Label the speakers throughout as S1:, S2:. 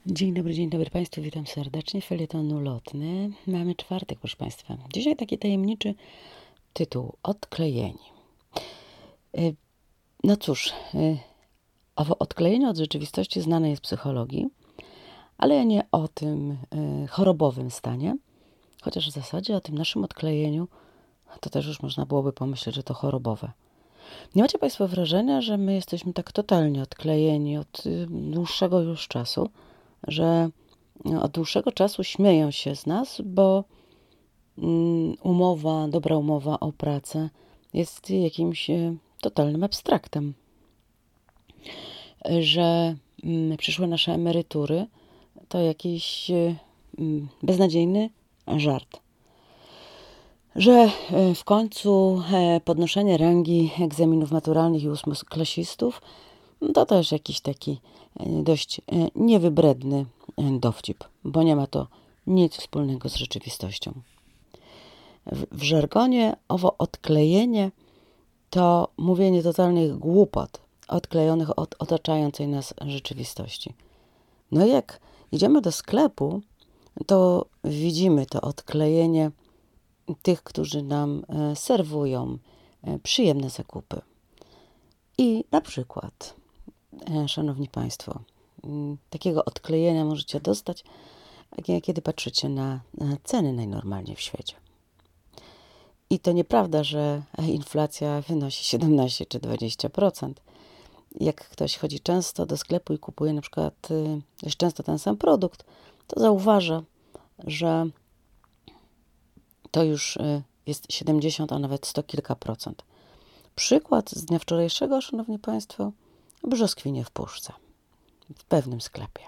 S1: Dzień dobry Państwu, witam serdecznie. Felieton ulotny. Mamy czwartek, proszę Państwa. Dzisiaj taki tajemniczy tytuł, odklejeni. No cóż, owo odklejenie od rzeczywistości znane jest w psychologii, ale nie o tym chorobowym stanie, chociaż w zasadzie o tym naszym odklejeniu to też już można byłoby pomyśleć, że to chorobowe. Nie macie Państwo wrażenia, że my jesteśmy tak totalnie odklejeni od dłuższego już czasu, że od dłuższego czasu śmieją się z nas, bo dobra umowa o pracę jest jakimś totalnym abstraktem. Że przyszłe nasze emerytury to jakiś beznadziejny żart. Że w końcu podnoszenie rangi egzaminów maturalnych i ósmoklasistów to też jakiś taki dość niewybredny dowcip, bo nie ma to nic wspólnego z rzeczywistością. W żargonie owo odklejenie to mówienie totalnych głupot odklejonych od otaczającej nas rzeczywistości. No i jak idziemy do sklepu, to widzimy to odklejenie tych, którzy nam serwują przyjemne zakupy. I na przykład, szanowni Państwo, takiego odklejenia możecie dostać, kiedy patrzycie na ceny najnormalniej w świecie. I to nieprawda, że inflacja wynosi 17 czy 20%. Jak ktoś chodzi często do sklepu i kupuje na przykład dość często ten sam produkt, to zauważa, że to już jest 70, a nawet 100 kilka procent. Przykład z dnia wczorajszego, szanowni Państwo, brzoskwinie w puszce w pewnym sklepie.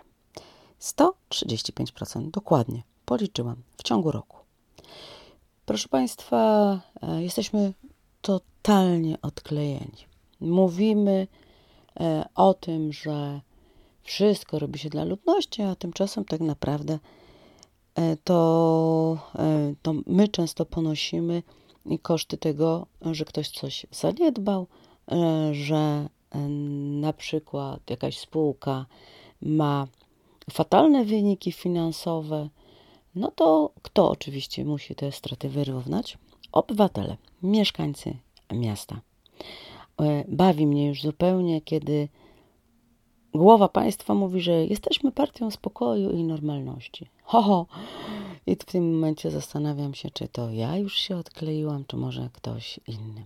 S1: 135%, dokładnie, policzyłam, w ciągu roku. Proszę Państwa, jesteśmy totalnie odklejeni. Mówimy o tym, że wszystko robi się dla ludności, a tymczasem tak naprawdę to my często ponosimy koszty tego, że ktoś coś zaniedbał, że na przykład jakaś spółka ma fatalne wyniki finansowe, no to kto oczywiście musi te straty wyrównać? Obywatele, mieszkańcy miasta. Bawi mnie już zupełnie, kiedy głowa państwa mówi, że jesteśmy partią spokoju i normalności. I w tym momencie zastanawiam się, czy to ja już się odkleiłam, czy może ktoś inny.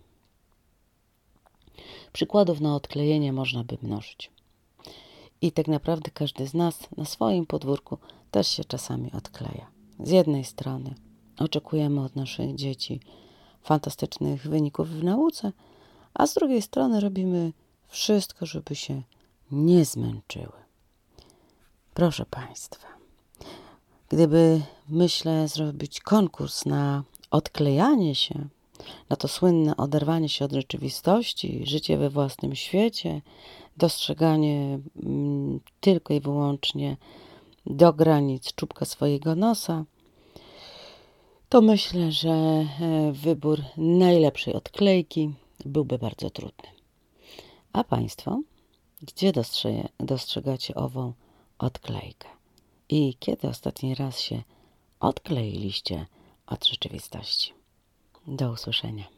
S1: Przykładów na odklejenie można by mnożyć. I tak naprawdę każdy z nas na swoim podwórku też się czasami odkleja. Z jednej strony oczekujemy od naszych dzieci fantastycznych wyników w nauce, a z drugiej strony robimy wszystko, żeby się nie zmęczyły. Proszę Państwa, gdyby, myślę, zrobić konkurs na odklejanie się, na to słynne oderwanie się od rzeczywistości, życie we własnym świecie, dostrzeganie tylko i wyłącznie do granic czubka swojego nosa, to myślę, że wybór najlepszej odklejki byłby bardzo trudny. A Państwo, gdzie dostrzegacie ową odklejkę? I kiedy ostatni raz się odkleiliście od rzeczywistości? Do usłyszenia.